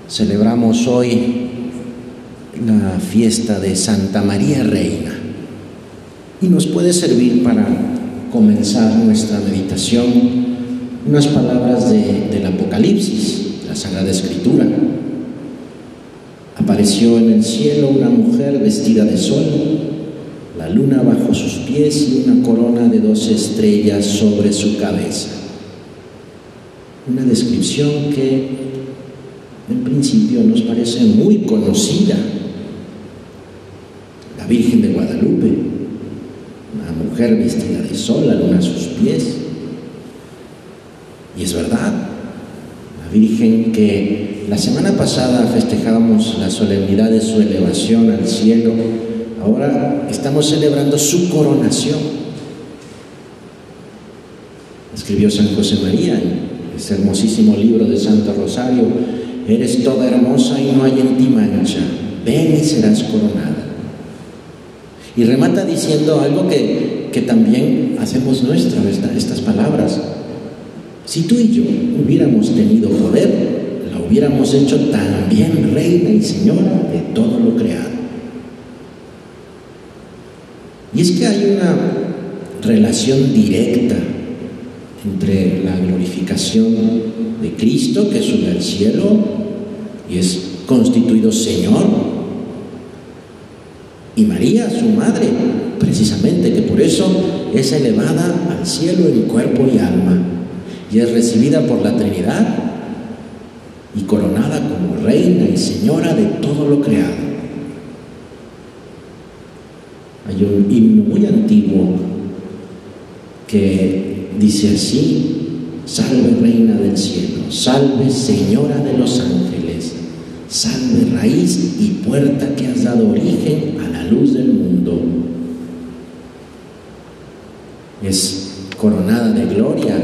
Celebramos hoy la fiesta de Santa María Reina y nos puede servir para comenzar nuestra meditación unas palabras del Apocalipsis, la Sagrada Escritura. Apareció en el cielo una mujer vestida de sol, la luna bajo sus pies y una corona de 12 estrellas sobre su cabeza. Una descripción que en principio nos parece muy conocida. La Virgen de Guadalupe, una mujer vestida de sol, la luna a sus pies. Y es verdad, la Virgen que la semana pasada festejábamos la solemnidad de su elevación al cielo, ahora estamos celebrando su coronación. Escribió San José María en este hermosísimo libro de Santo Rosario: eres toda hermosa y no hay en ti mancha, ven y serás coronada. Y remata diciendo algo que también hacemos nuestra, estas palabras. Si tú y yo hubiéramos tenido poder, la hubiéramos hecho también reina y señora de todo lo creado. Y es que hay una relación directa entre la glorificación de Cristo, que sube al cielo y es constituido Señor, y María, su madre, precisamente, que por eso es elevada al cielo en cuerpo y alma, y es recibida por la Trinidad y coronada como reina y señora de todo lo creado. Hay un himno muy antiguo que dice así: salve reina del cielo, salve señora de los ángeles, salve raíz y puerta que has dado origen a la luz del mundo. Es coronada de gloria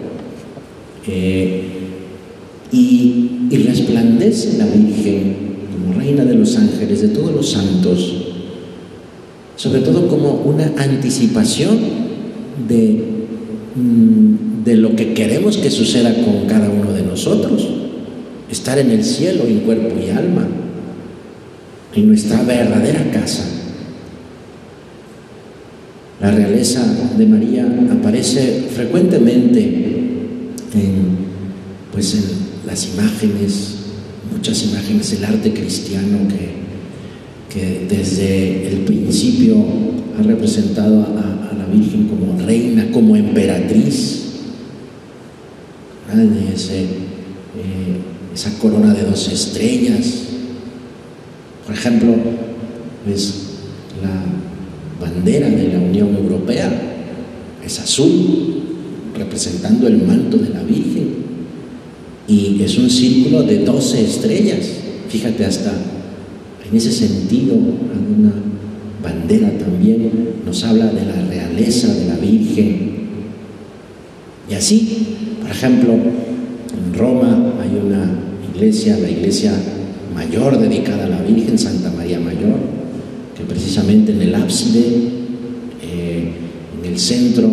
y resplandece la Virgen como reina de los ángeles, de todos los santos, sobre todo como una anticipación de lo que queremos que suceda con cada uno de nosotros: estar en el cielo en cuerpo y alma, en nuestra verdadera casa. La realeza de María aparece frecuentemente en las imágenes, muchas imágenes del arte cristiano que desde el principio ha representado a la Virgen como reina, como emperatriz. Esa corona de 12 estrellas. Por ejemplo, es la bandera de la Unión Europea, es azul, representando el manto de la Virgen, y es un círculo de 12 estrellas. Fíjate, hasta en ese sentido, una bandera también nos habla de la realeza de la Virgen. Y así, por ejemplo, en Roma hay una iglesia, la iglesia mayor dedicada a la Virgen, Santa María Mayor, que precisamente en el ábside, en el centro,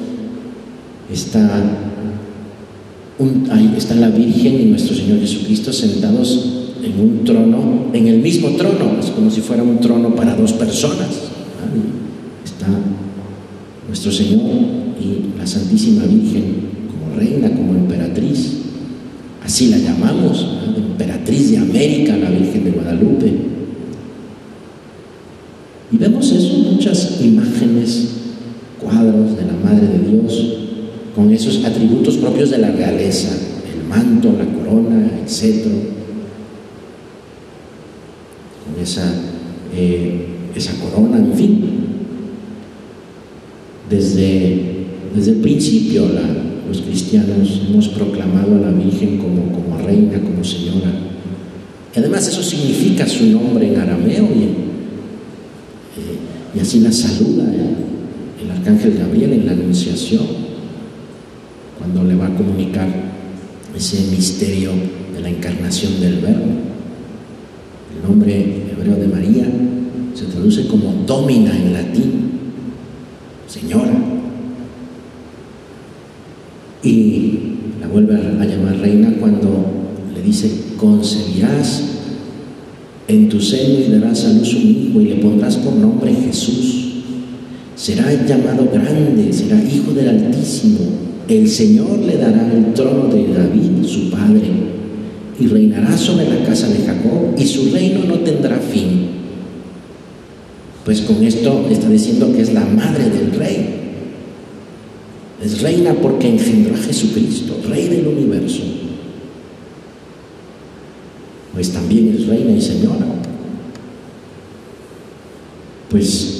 ahí está la Virgen y nuestro Señor Jesucristo sentados en un trono, en el mismo trono. Es como si fuera un trono para dos personas. Está nuestro Señor y la Santísima Virgen como reina, como emperatriz. Así la llamamos, ¿no? Emperatriz de América, la Virgen de Guadalupe. Y vemos eso en muchas imágenes, cuadros de la Madre de Dios, con esos atributos propios de la realeza: el manto, la corona, el cetro, con esa corona, en fin. Desde el principio los cristianos hemos proclamado a la Virgen como reina, como señora. Y además eso significa su nombre en arameo, y así la saluda el arcángel Gabriel en la Anunciación, cuando le va a comunicar ese misterio de la encarnación del Verbo. El nombre hebreo de María se traduce como Domina en latín, señora, y la vuelve a llamar reina cuando le le dice: concebirás en tu seno y darás a luz un hijo y le pondrás por nombre Jesús. Será llamado grande, será hijo del Altísimo. El Señor le dará el trono de David, su padre, y reinará sobre la casa de Jacob, y su reino no tendrá fin. Pues con esto está diciendo que es la madre del rey. Es reina porque engendró a Jesucristo, Rey del universo. Pues también es reina y señora. Pues,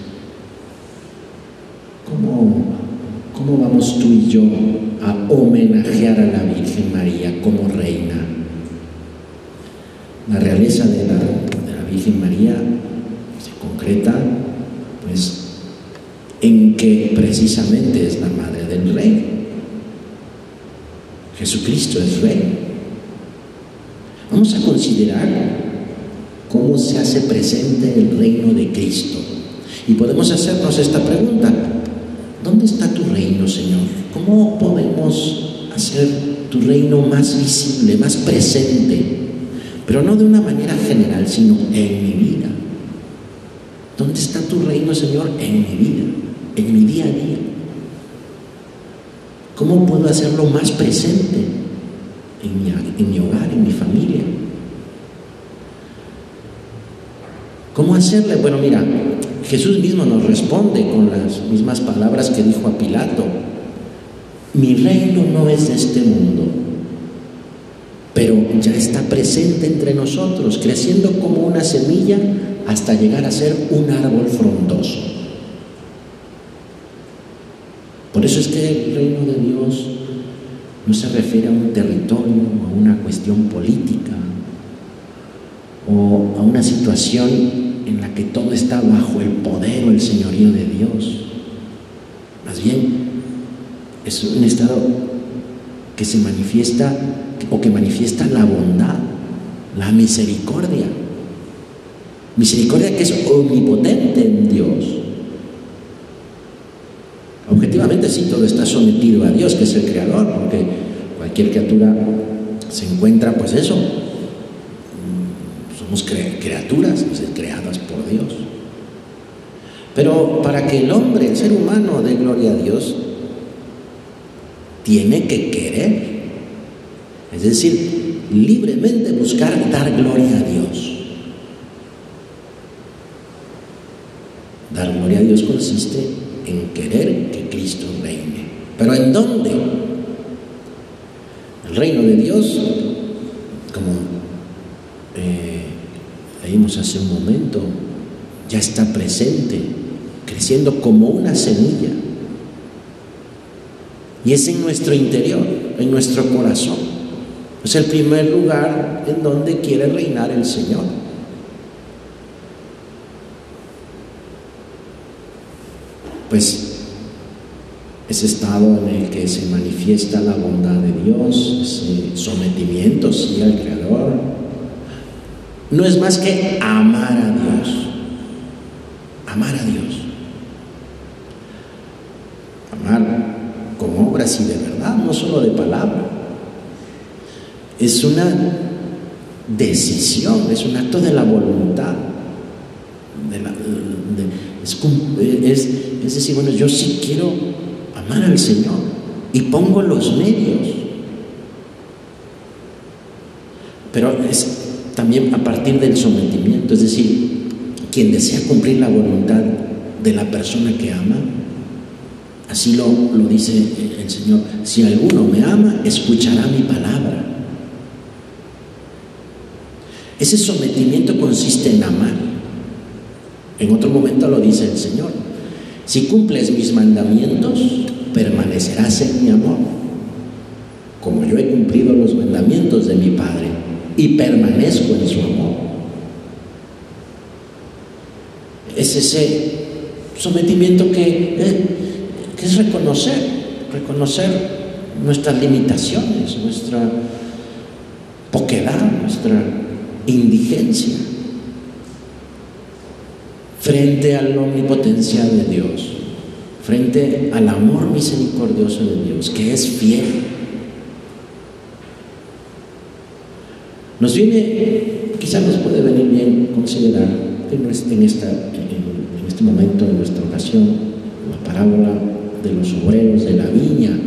¿cómo vamos tú y yo a homenajear a la Virgen María como reina? La realeza de la Virgen María se concreta, pues, en que precisamente es la madre del Rey. Jesucristo es Rey. Vamos a considerar cómo se hace presente el reino de Cristo. Y podemos hacernos esta pregunta: ¿dónde está tu reino, Señor? ¿Cómo podemos hacer tu reino más visible, más presente? Pero no de una manera general, sino en mi vida. ¿Dónde está tu reino, Señor? En mi vida, en mi día a día. ¿Cómo puedo hacerlo más presente en mi hogar, en mi familia? ¿Cómo hacerle? Bueno, mira, Jesús mismo nos responde con las mismas palabras que dijo a Pilato: mi reino no es de este mundo, pero ya está presente entre nosotros, creciendo como una semilla hasta llegar a ser un árbol frondoso. Por eso es que el reino de Dios no se refiere a un territorio, a una cuestión política o a una situación en la que todo está bajo el poder o el señorío de Dios. Más bien, es un estado que se manifiesta o que manifiesta la bondad, la misericordia. Misericordia que es omnipotente en Dios. Objetivamente sí, todo está sometido a Dios, que es el Creador, porque cualquier criatura se encuentra, pues eso, somos criaturas, pues, creadas por Dios. Pero para que el hombre, el ser humano, dé gloria a Dios, tiene que querer, es decir, libremente buscar dar gloria a Dios. Dar gloria a Dios consiste en querer que Cristo reine. ¿Pero en dónde? El reino de Dios, como leímos hace un momento, ya está presente, creciendo como una semilla. Y es en nuestro interior, en nuestro corazón. Es el primer lugar en donde quiere reinar el Señor. Pues ese estado en el que se manifiesta la bondad de Dios, ese sometimiento sí al Creador, no es más que amar a Dios. Amar a Dios. Amar con obras y de verdad, no solo de palabra. Es una decisión, es un acto de la voluntad. Es decir, bueno, yo sí quiero amar al Señor y pongo los medios. Pero es también a partir del sometimiento, es decir, quien desea cumplir la voluntad de la persona que ama, así lo dice el Señor: si alguno me ama, escuchará mi palabra. Ese sometimiento consiste en amar. En otro momento lo dice el Señor: si cumples mis mandamientos, permanecerás en mi amor, como yo he cumplido los mandamientos de mi Padre y permanezco en su amor. Es ese sometimiento que es reconocer nuestras limitaciones, nuestra poquedad, nuestra indigencia frente a la omnipotencia de Dios, frente al amor misericordioso de Dios, que es fiel. Quizás nos puede venir bien considerar en este momento, en nuestra ocasión, la parábola de los obreros de la viña.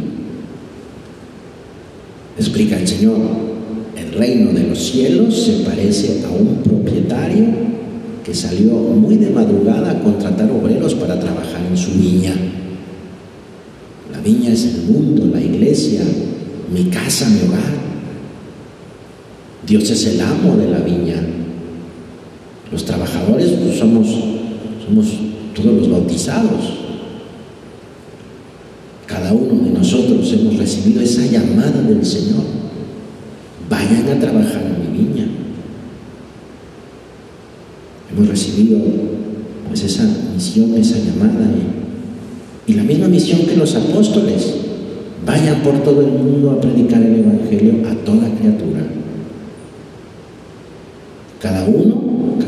Explica el Señor: el reino de los cielos se parece a un propietario que salió muy de madrugada a contratar obreros para trabajar en su viña. La viña es el mundo, la iglesia, mi casa, mi hogar. Dios es el amo de la viña. Los trabajadores pues, somos todos los bautizados. Cada uno de nosotros hemos recibido esa llamada del Señor: vayan a trabajar en mi viña. Hemos recibido pues esa misión, esa llamada, y la misma misión que los apóstoles: vayan por todo el mundo a predicar el evangelio a toda criatura. Cada uno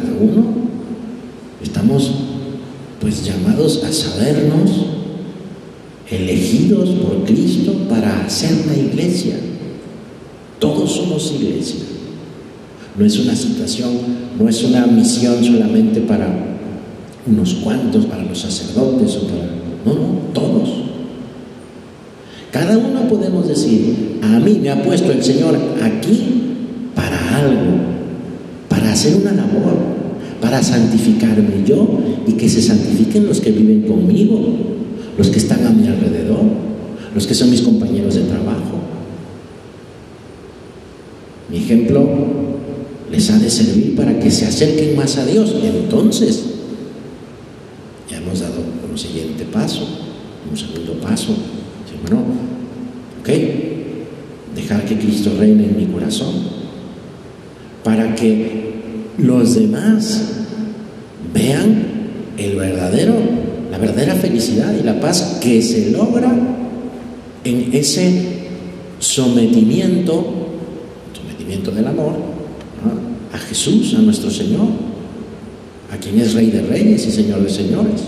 estamos pues llamados a sabernos elegidos por Cristo para hacer la iglesia. Todos somos iglesia. No es una situación, no es una misión solamente para unos cuantos, para los sacerdotes o para... No, todos. Cada uno podemos decir: a mí me ha puesto el Señor aquí para algo, para hacer una labor, para santificarme yo y que se santifiquen los que viven conmigo, los que están a mi alrededor, los que son mis compañeros de trabajo. Mi ejemplo les ha de servir para que se acerquen más a Dios. Entonces, ya hemos dado un siguiente paso, un segundo paso. Bueno, ok, dejar que Cristo reine en mi corazón, para que los demás vean la verdadera felicidad y la paz que se logra en ese sometimiento del amor, ¿no?, a Jesús, a nuestro Señor, a quien es Rey de Reyes y Señor de Señores.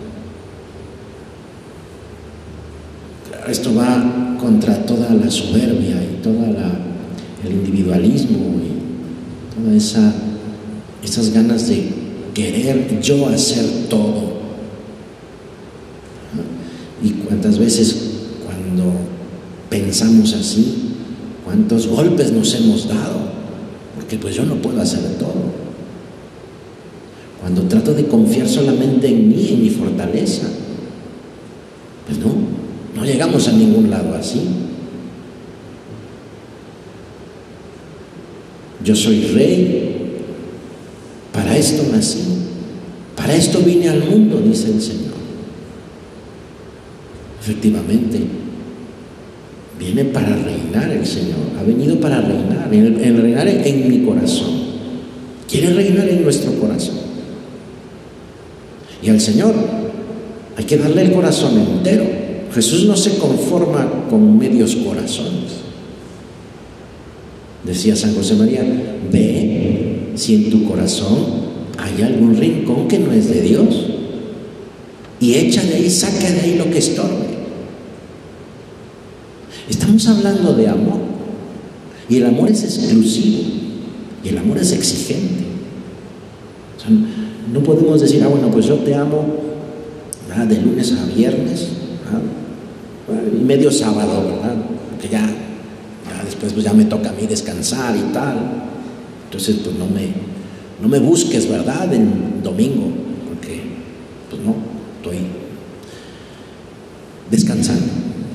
Esto va contra toda la soberbia y todo el individualismo y todas esas ganas de querer yo hacer todo. Y cuántas veces cuando pensamos así, cuántos golpes nos hemos dado, porque pues yo no puedo hacer todo. Cuando trato de confiar solamente en mí, en mi fortaleza, pues no llegamos a ningún lado así. Yo soy rey, para esto nací, para esto vine al mundo, dice el Señor. Efectivamente, viene para reinar el Señor, ha venido para reinar, en reinar en mi corazón. Quiere reinar en nuestro corazón. Y al Señor hay que darle el corazón entero. Jesús no se conforma con medios corazones. Decía San José María: ve si en tu corazón hay algún rincón que no es de Dios y echa de ahí, saca de ahí lo que estorbe. Estamos hablando de amor, y el amor es exclusivo y el amor es exigente. O sea, no podemos decir: bueno, pues yo te amo de lunes a viernes, y medio sábado, ¿verdad? Porque ya después pues ya me toca a mí descansar y tal. Entonces pues no me busques, ¿verdad?, en domingo, porque pues no, estoy descansando.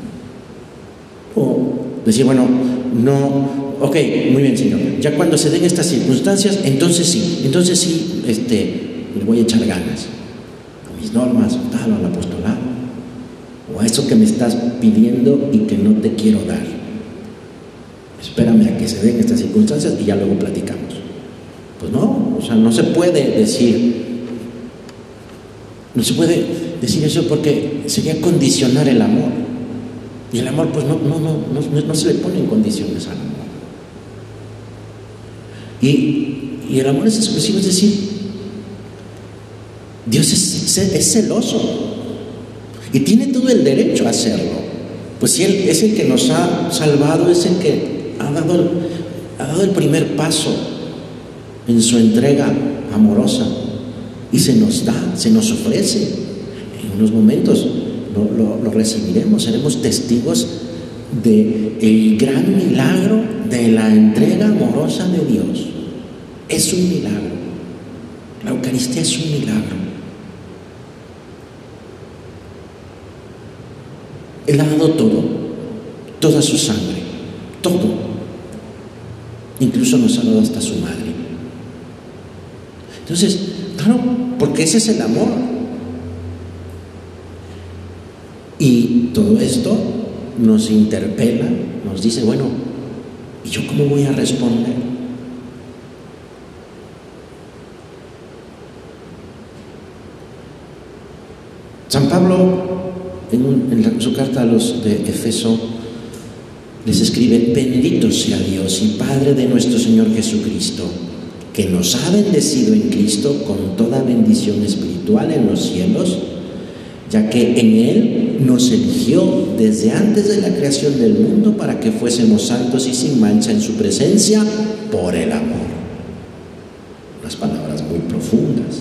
O decir: bueno, no, ok, muy bien, Señor, ya cuando se den estas circunstancias, entonces sí, le voy a echar ganas a mis normas, tal, o al apostolado, o a eso que me estás pidiendo y que no te quiero dar. Espérame a que se den estas circunstancias y ya luego platicamos. Pues no, o sea, no se puede decir eso, porque sería condicionar el amor. Y el amor pues no se le ponen condiciones al amor. Y el amor es exclusivo, es decir, Dios es celoso y tiene todo el derecho a hacerlo. Pues si Él es el que nos ha salvado, es el que ha dado el primer paso en su entrega amorosa y se nos da, se nos ofrece. En unos momentos lo recibiremos, seremos testigos del gran milagro de la entrega amorosa de Dios. Es un milagro. La Eucaristía es un milagro. Él ha dado todo, toda su sangre, todo. Incluso nos ha dado hasta su madre. Entonces, claro, porque ese es el amor. Y todo esto nos interpela, nos dice, bueno, ¿y yo cómo voy a responder? San Pablo, en su carta a los de Efeso, les escribe: bendito sea Dios y Padre de nuestro Señor Jesucristo, que nos ha bendecido en Cristo con toda bendición espiritual en los cielos, ya que en Él nos eligió desde antes de la creación del mundo para que fuésemos santos y sin mancha en su presencia por el amor. Unas palabras muy profundas.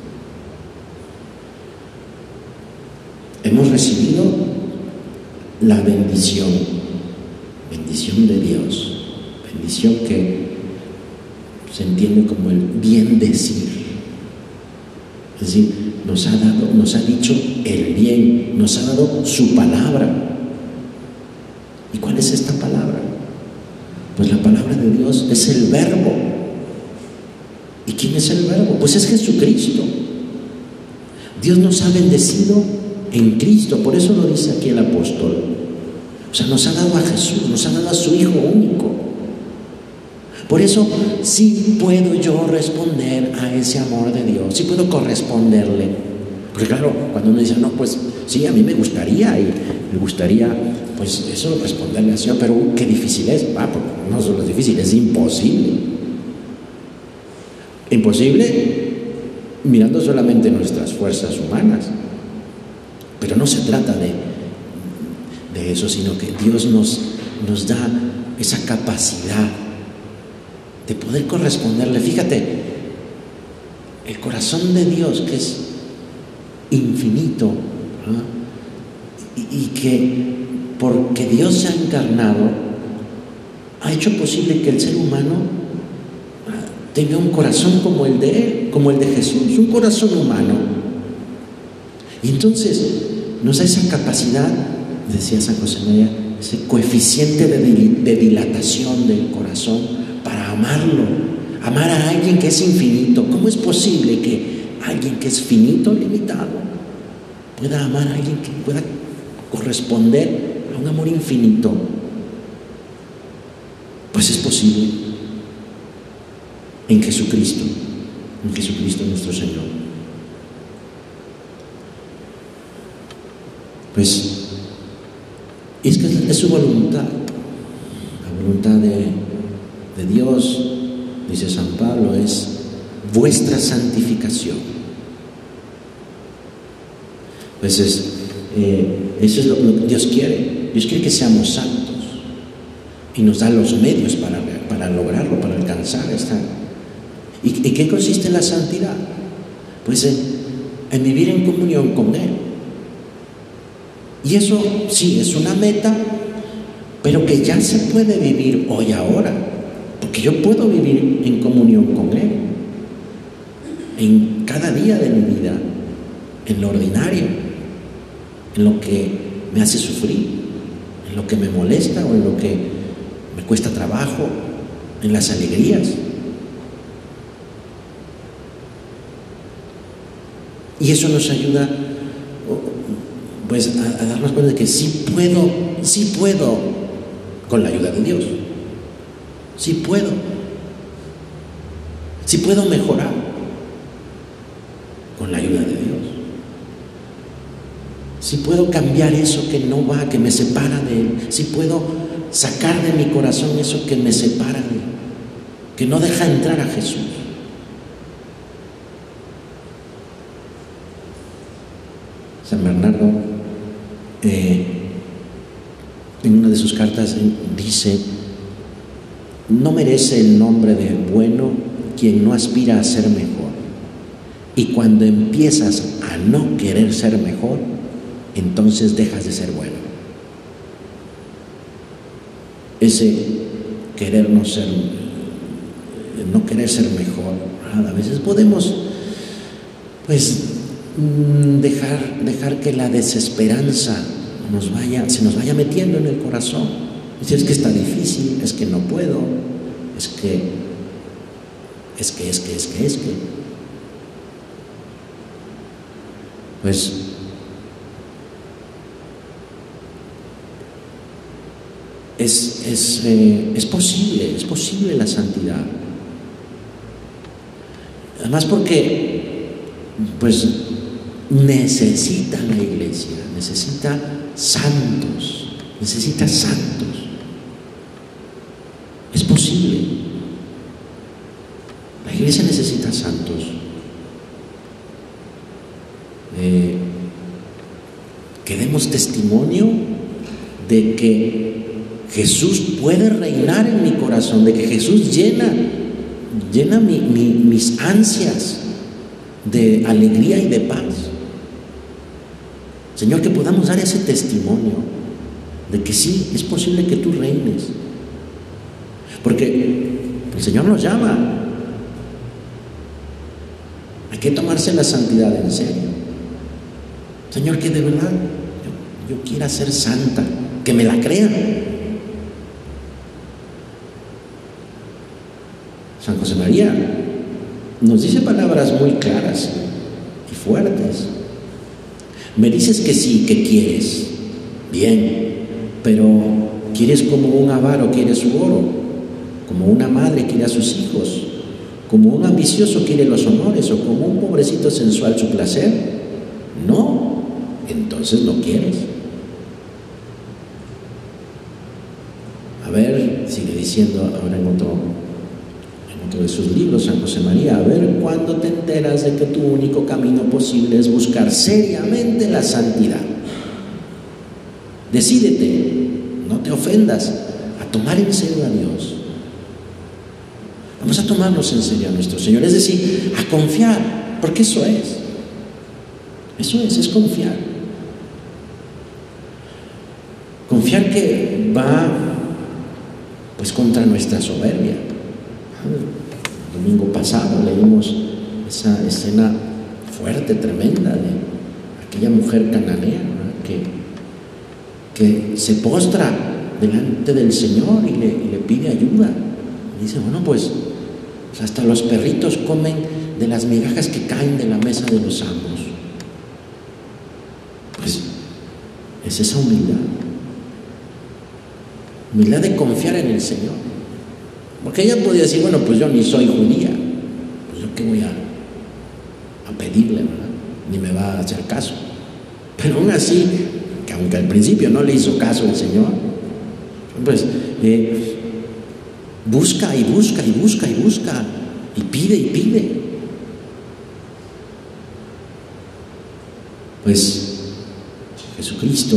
Hemos recibido la bendición de Dios, bendición que se entiende como el bien decir. Es decir, nos ha dicho el bien, nos ha dado su palabra. ¿Y cuál es esta palabra? Pues la palabra de Dios es el Verbo. ¿Y quién es el Verbo? Pues es Jesucristo. Dios nos ha bendecido en Cristo, por eso lo dice aquí el apóstol. O sea, nos ha dado a Jesús, nos ha dado a su Hijo único. Por eso sí puedo yo responder a ese amor de Dios, sí puedo corresponderle. Porque claro, cuando uno dice, no, pues sí, a mí me gustaría, y me gustaría, pues eso, responderle al Señor, pero qué difícil es. No solo es difícil, es imposible. Imposible mirando solamente nuestras fuerzas humanas. Pero no se trata de eso, sino que Dios nos da esa capacidad de poder corresponderle. Fíjate, el corazón de Dios, que es infinito, ¿no? y que porque Dios se ha encarnado, ha hecho posible que el ser humano tenga un corazón como el de Él, como el de Jesús, un corazón humano. Y entonces nos da esa capacidad, decía San José María, ese coeficiente de dilatación del corazón para amarlo, amar a alguien que es infinito. ¿Cómo es posible que alguien que es finito, limitado, pueda amar a alguien que pueda corresponder a un amor infinito? Pues es posible en Jesucristo nuestro Señor. Pues es que es su voluntad, la voluntad de Dios, dice San Pablo, es vuestra santificación. Pues eso es lo que Dios quiere. Dios quiere que seamos santos y nos da los medios para lograrlo, para alcanzar esta. ¿Y qué consiste la santidad? Pues en vivir en comunión con Él. Y eso sí es una meta, pero que ya se puede vivir hoy ahora, porque yo puedo vivir en comunión con Él en cada día de mi vida, en lo ordinario, en lo que me hace sufrir, en lo que me molesta o en lo que me cuesta trabajo, en las alegrías. Y eso nos ayuda pues a darnos cuenta de que sí puedo con la ayuda de Dios, sí puedo mejorar con la ayuda de Dios, sí puedo cambiar eso que no va, que me separa de Él, sí puedo sacar de mi corazón eso que me separa de Él, que no deja entrar a Jesús. San Bernardo en una de sus cartas dice: no merece el nombre de bueno quien no aspira a ser mejor. Y cuando empiezas a no querer ser mejor, entonces dejas de ser bueno. Ese querer no querer ser mejor, a veces podemos pues dejar que la desesperanza se nos vaya metiendo en el corazón. Decir, es que está difícil, es que no puedo, es que. Pues es posible la santidad. Además porque pues necesita la iglesia, necesita santos. Es posible. La iglesia necesita santos. Que demos testimonio de que Jesús puede reinar en mi corazón, de que Jesús llena mis ansias de alegría y de paz. Señor, que podamos dar ese testimonio de que sí, es posible que tú reines, porque el Señor nos llama. Hay que tomarse la santidad en serio. Señor, que de verdad yo quiera ser santa, que me la crea. San José María nos dice palabras muy claras y fuertes. Me dices que sí, que quieres, bien, pero ¿quieres como un avaro quiere su oro? ¿Como una madre quiere a sus hijos? ¿Como un ambicioso quiere los honores? ¿O como un pobrecito sensual su placer? No, entonces no quieres. A ver, sigue diciendo ahora en otro de sus libros, San José María, a ver cuándo te enteras de que tu único camino posible es buscar seriamente la santidad. Decídete, no te ofendas, a tomar en serio a Dios. Vamos a tomarnos en serio a nuestro Señor, es decir, a confiar, porque eso es confiar. Confiar que va pues contra nuestra soberbia. El domingo pasado leímos esa escena fuerte, tremenda de aquella mujer cananea, ¿no? que se postra delante del Señor y le pide ayuda. Y dice, bueno, pues hasta los perritos comen de las migajas que caen de la mesa de los amos. Pues es esa humildad de confiar en el Señor. Porque ella podía decir, bueno, pues yo ni soy judía, pues yo qué voy a pedirle, ¿verdad? Ni me va a hacer caso. Pero aún así, que aunque al principio no le hizo caso el Señor, pues busca y busca y busca y busca y pide. Pues Jesucristo,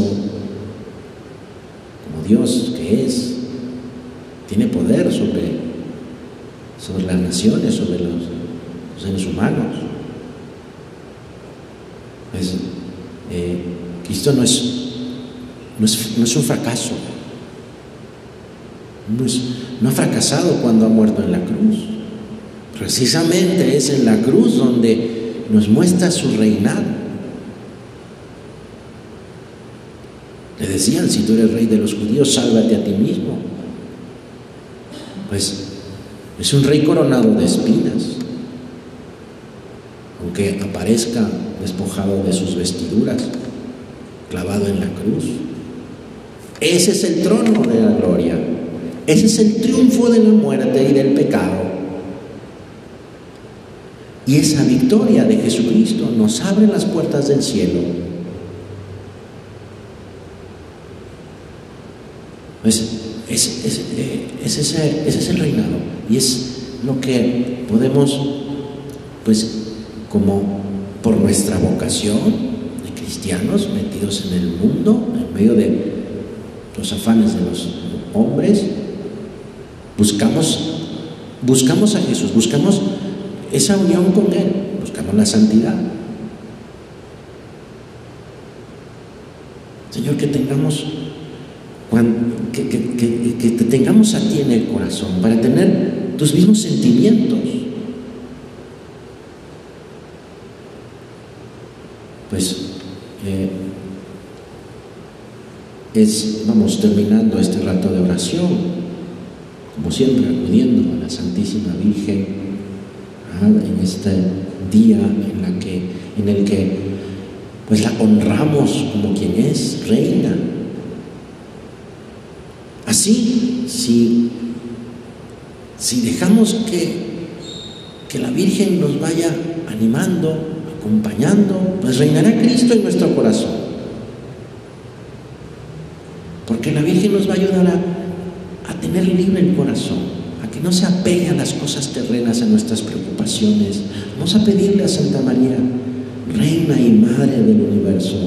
como Dios que es, tiene poder sobre las naciones, sobre los seres humanos. Pues, Cristo no es un fracaso. No ha fracasado cuando ha muerto en la cruz. Precisamente es en la cruz donde nos muestra su reinado. Le decían, si tú eres rey de los judíos, sálvate a ti mismo. Pues es un rey coronado de espinas, aunque aparezca despojado de sus vestiduras, clavado en la cruz. Ese es el trono de la gloria, ese es el triunfo de la muerte y del pecado. Y esa victoria de Jesucristo nos abre las puertas del cielo. Pues ese es el reinado, y es lo que podemos, pues, como por nuestra vocación de cristianos metidos en el mundo, en medio de los afanes de los hombres, Buscamos a Jesús, buscamos esa unión con Él, buscamos la santidad. Señor, que te tengamos a ti en el corazón para tener tus mismos sentimientos. Pues vamos terminando este rato de oración, como siempre acudiendo a la Santísima Virgen, en este día en el que pues la honramos como quien es, reina. Así, si dejamos que la Virgen nos vaya animando, acompañando, pues reinará Cristo en nuestro corazón. Porque la Virgen nos va a ayudar a tener libre el corazón, a que no se apegue a las cosas terrenas, a nuestras preocupaciones. Vamos a pedirle a Santa María, Reina y Madre del Universo,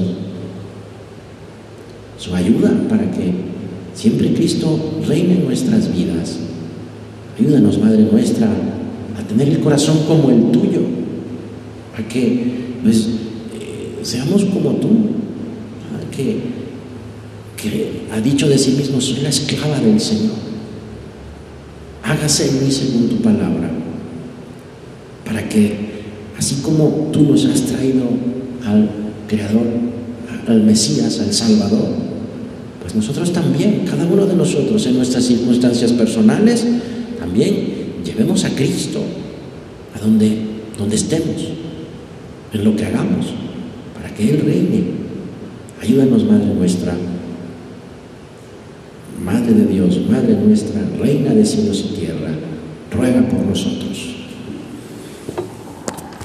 su ayuda para que siempre Cristo reine en nuestras vidas. Ayúdanos, Madre nuestra, a tener el corazón como el tuyo, a que pues, seamos como tú, que ha dicho de sí mismo: soy la esclava del Señor, hágase en mí según tu palabra, para que así como tú nos has traído al Creador, al Mesías, al Salvador, pues nosotros también, cada uno de nosotros en nuestras circunstancias personales, también llevemos a Cristo a donde estemos, en lo que hagamos, para que Él reine. Ayúdanos, Madre nuestra, Madre de Dios, Madre nuestra, Reina de cielos y tierra, ruega por nosotros.